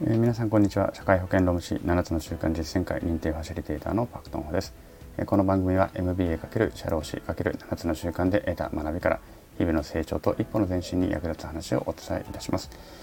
皆さんこんにちは。社会保険労務士7つの習慣実践会認定ファシリテーターのパクトンホです。この番組は MBA× 社労士 ×7 つの習慣で得た学びから日々の成長と一歩の前進に役立つ話をお伝えいたします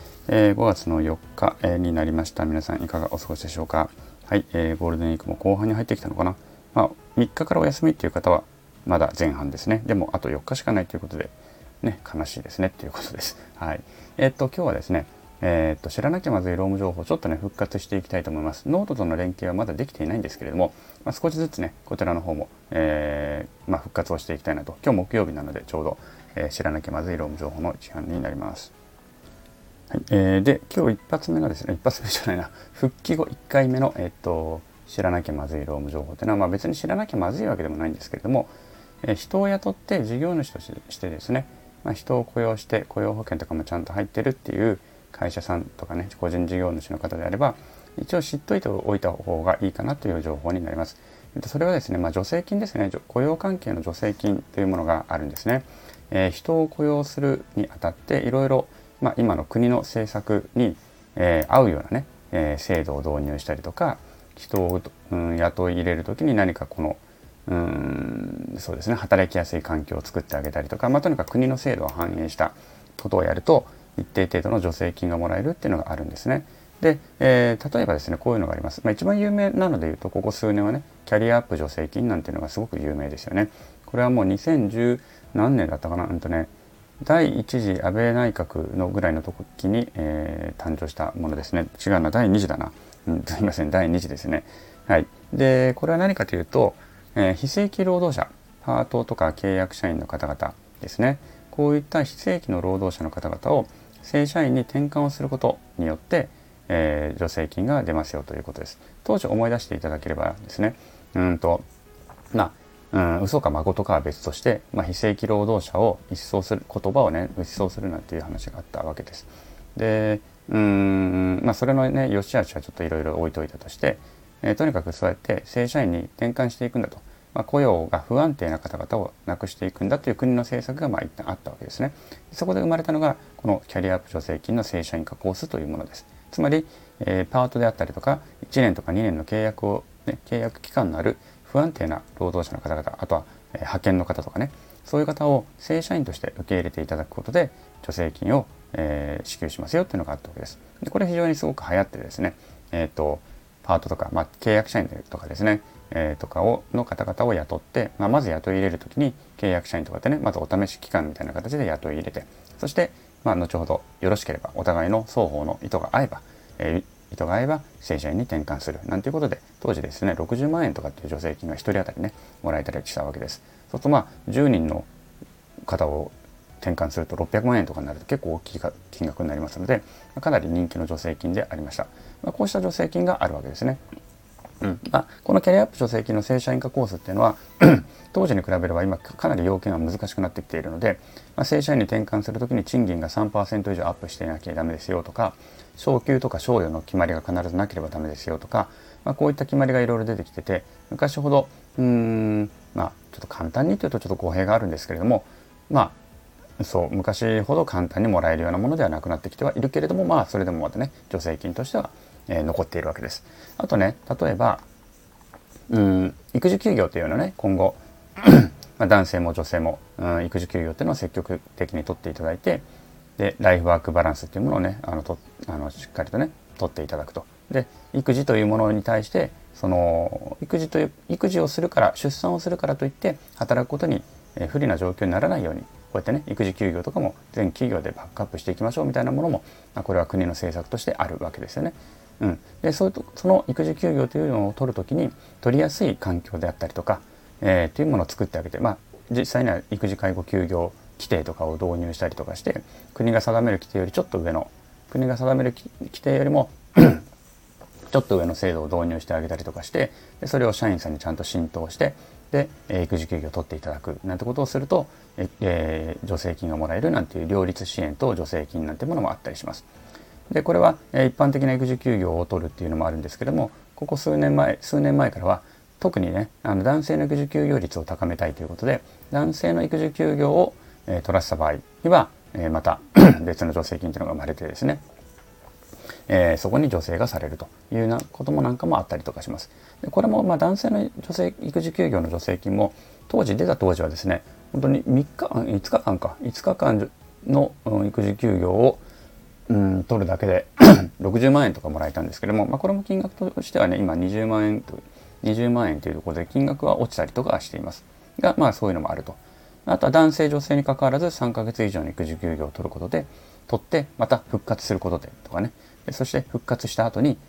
。5月の4日になりました。皆さんいかがお過ごしでしょうか。はい、ゴールデンウィークも後半に入ってきたのかな。3日からお休みという方はまだ前半ですね。でもあと4日しかないということでね、悲しいですねということです。はい。今日はですね、知らなきゃまずい労務情報をちょっとね復活していきたいと思います。ノートとの連携はまだできていないんですけれども、少しずつねこちらの方も、復活をしていきたいなと。今日木曜日なのでちょうど、知らなきゃまずい労務情報の時間になります。はい。で今日一発目がですね、一発目じゃないな、復帰後1回目の、知らなきゃまずい労務情報というのは、別に知らなきゃまずいわけでもないんですけれども、人を雇って事業主としてですね、人を雇用して雇用保険とかもちゃんと入ってるっていう会社さんとかね、個人事業主の方であれば一応知っといておいた方がいいかなという情報になります。それはですね、助成金ですね。雇用関係の助成金というものがあるんですね。人を雇用するにあたっていろいろ今の国の政策に、合うようなね、制度を導入したりとか、人を、雇い入れるときに何かこのそうですね、働きやすい環境を作ってあげたりとか、とにかく国の制度を反映したことをやると一定程度の助成金がもらえるっていうのがあるんですね。で、例えばですね、こういうのがあります。一番有名なのでいうと、ここ数年はね、キャリアアップ助成金なんていうのがすごく有名ですよね。これはもう2010何年だったかな、第一次安倍内閣のぐらいの時に、誕生したものですね。違うな、第二次だな。すいません、第二次ですね。はい。で、これは何かというと、非正規労働者、パートとか契約社員の方々ですね。こういった非正規の労働者の方々を正社員に転換をすることによって、助成金が出ますよということです。当時思い出していただければですね、嘘か誠かは別として、非正規労働者を一掃する、言葉をね一掃するなんていう話があったわけです。で、それのね良し悪しはちょっといろいろ置いといたとして、とにかくそうやって正社員に転換していくんだと。雇用が不安定な方々をなくしていくんだという国の政策が一旦あったわけですね。そこで生まれたのがこのキャリアアップ助成金の正社員化コースというものです。つまり、パートであったりとか1年とか2年の契約期間のある不安定な労働者の方々、あとは、派遣の方とかね、そういう方を正社員として受け入れていただくことで助成金を、支給しますよっていうのがあったわけです。でこれ非常にすごく流行ってですね、パートとか、契約社員とかですね、とかの方々を雇って、まず雇い入れるときに契約社員とかでね、まずお試し期間みたいな形で雇い入れて、そして、後ほどよろしければお互いの双方の意図が合えば正社員に転換するなんていうことで、当時ですね60万円とかっていう助成金が1人当たりねもらえたりしたわけです。そうすると10人の方を転換すると600万円とかになると結構大きい金額になりますので、かなり人気の助成金でありました。こうした助成金があるわけですね。このキャリアアップ助成金の正社員化コースっていうのは当時に比べれば今かなり要件が難しくなってきているので、正社員に転換するときに賃金が 3% 以上アップしていなきゃダメですよとか、昇給とか賞与の決まりが必ずなければダメですよとか、こういった決まりがいろいろ出てきてて、昔ほどちょっと簡単にというとちょっと語弊があるんですけれども、昔ほど簡単にもらえるようなものではなくなってきてはいるけれども、それでもまたね助成金としては残っているわけです。あとね、例えば育児休業というのはね、今後男性も女性も育児休業っていうのを積極的に取っていただいて、でライフワークバランスっていうものをねしっかりとね取っていただくと。で育児というものに対して、その育児をするから、出産をするからといって働くことに不利な状況にならないように、こうやってね育児休業とかも全企業でバックアップしていきましょうみたいなものも、これは国の政策としてあるわけですよね。でその育児休業というのを取るときに取りやすい環境であったりとか、というものを作ってあげて、実際には育児介護休業規定とかを導入したりとかして、国が定める規定よりちょっと上の、国が定める規定よりもちょっと上の制度を導入してあげたりとかして、でそれを社員さんにちゃんと浸透して、で育児休業を取っていただくなんてことをすると、助成金がもらえるなんていう両立支援と助成金なんてものもあったりします。でこれは一般的な育児休業を取るっていうのもあるんですけども、ここ数年前からは特にね男性の育児休業率を高めたいということで、男性の育児休業を取らせた場合にはまた別の助成金というのが生まれてですね、 そこに助成がされるというようなこともなんかもあったりとかします。でこれも男性の育児休業の助成金も出た当時はですね、本当に5日間の育児休業を取るだけで60万円とかもらえたんですけども、これも金額としてはね、今20万円というところで金額は落ちたりとかしていますが、そういうのもあると。あとは男性女性にかかわらず3ヶ月以上の育児休業を取ってまた復活することでとかね、そして復活した後に、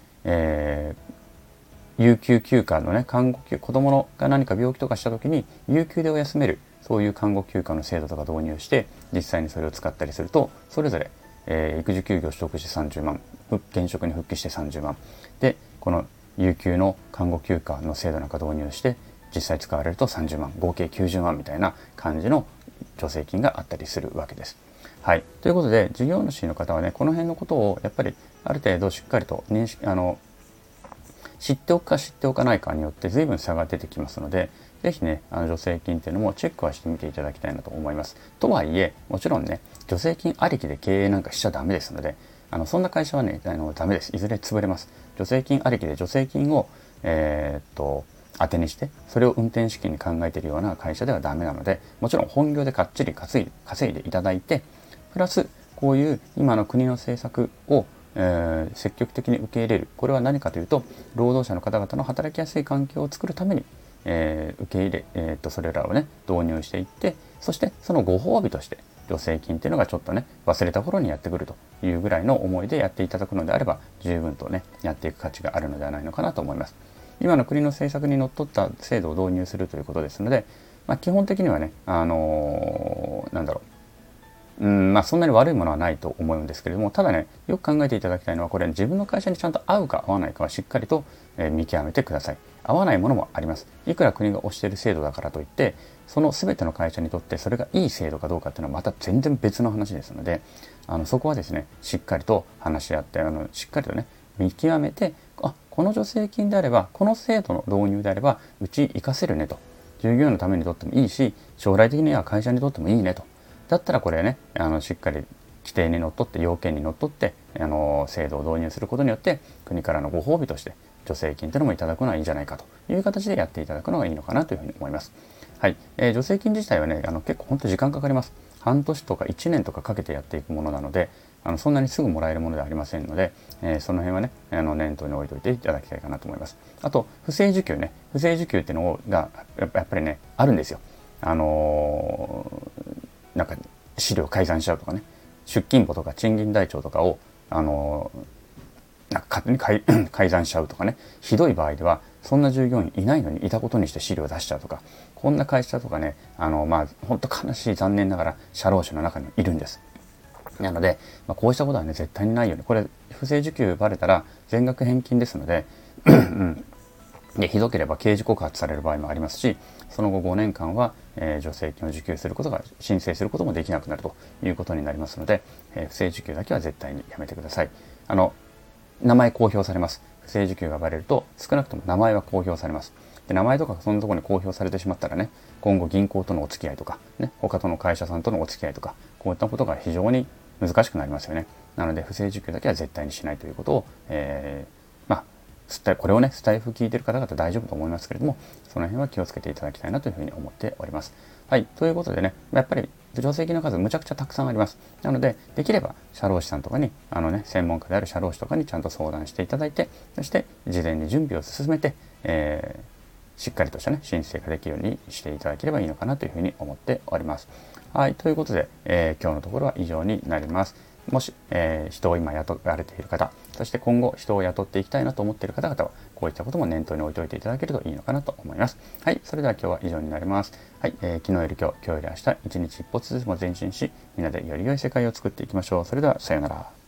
有給休暇のね、看護休、子供が何か病気とかした時に有給でお休める、そういう看護休暇の制度とか導入して実際にそれを使ったりすると、それぞれ、育児休業取得して30万、現職に復帰して30万で、この有給の看護休暇の制度なんか導入して実際使われると30万、合計90万みたいな感じの助成金があったりするわけです。はい、ということで事業主の方はね、この辺のことをやっぱりある程度しっかりと知っておくか知っておかないかによって随分差が出てきますので、ぜひね、助成金っていうのもチェックはしてみていただきたいなと思います。とはいえ、もちろんね、助成金ありきで経営なんかしちゃダメですので、そんな会社はね、ダメです。いずれ潰れます。助成金ありきで助成金を当てにしてそれを運転資金に考えているような会社ではダメなので、もちろん本業でかっちり稼いでいただいて、プラスこういう今の国の政策を積極的に受け入れる。これは何かというと、労働者の方々の働きやすい環境を作るために、受け入れ、それらをね導入していって、そしてそのご褒美として助成金っていうのがちょっとね忘れた頃にやってくるというぐらいの思いでやっていただくのであれば、十分とねやっていく価値があるのではないのかなと思います。今の国の政策にのっとった制度を導入するということですので、基本的にはねそんなに悪いものはないと思うんですけれども、ただね、よく考えていただきたいのは、これ自分の会社にちゃんと合うか合わないかはしっかりと見極めてください。合わないものもあります。いくら国が推している制度だからといって、その全ての会社にとってそれがいい制度かどうかっていうのはまた全然別の話ですので、そこはですね、しっかりと話し合って、しっかりとね、見極めて、この助成金であれば、この制度の導入であれば、うち活かせるねと。従業員のためにとってもいいし、将来的には会社にとってもいいねと。だったらこれね、しっかり規定にのっとって、要件にのっとって、制度を導入することによって、国からのご褒美として助成金というのもいただくのはいいんじゃないかという形でやっていただくのがいいのかなというふうに思います。はい、助成金自体はね、結構本当に時間かかります。半年とか1年とかかけてやっていくものなので、そんなにすぐもらえるものではありませんので、その辺はね、念頭に置いておいていただきたいかなと思います。あと、不正受給ね、不正受給っていうのがやっぱりね、あるんですよ。なんか資料改ざんしちゃうとかね、出勤簿とか賃金台帳とかをなんか勝手に改ざんしちゃうとかね、ひどい場合ではそんな従業員いないのにいたことにして資料を出しちゃうとか、こんな会社とかね、本当悲しい、残念ながら社労士の中にいるんです。なので、こうしたことはね絶対にないように、これ不正受給バレたら全額返金ですのででひどければ刑事告発される場合もありますし、その後5年間は、助成金を受給することが申請することもできなくなるということになりますので、不正受給だけは絶対にやめてください。名前公表されます。不正受給がバレると少なくとも名前は公表されます。で名前とかそんなところに公表されてしまったらね、今後銀行とのお付き合いとか、ね、他との会社さんとのお付き合いとか、こういったことが非常に難しくなりますよね。なので不正受給だけは絶対にしないということを、これをねスタイフ聞いてる方々大丈夫と思いますけれども、その辺は気をつけていただきたいなというふうに思っております。はい、ということでね、やっぱり助成金の数むちゃくちゃたくさんあります。なのでできれば社労士さんとかに専門家である社労士とかにちゃんと相談していただいて、そして事前に準備を進めて、しっかりとしたね申請ができるようにしていただければいいのかなというふうに思っております。はい、ということで、今日のところは以上になります。もし、人を今雇われている方、そして今後人を雇っていきたいなと思っている方々は、こういったことも念頭に置いておいていただけるといいのかなと思います。はい、それでは今日は以上になります。はい、昨日より今日、今日より明日、一日一歩ずつも前進し、みんなでより良い世界を作っていきましょう。それではさようなら。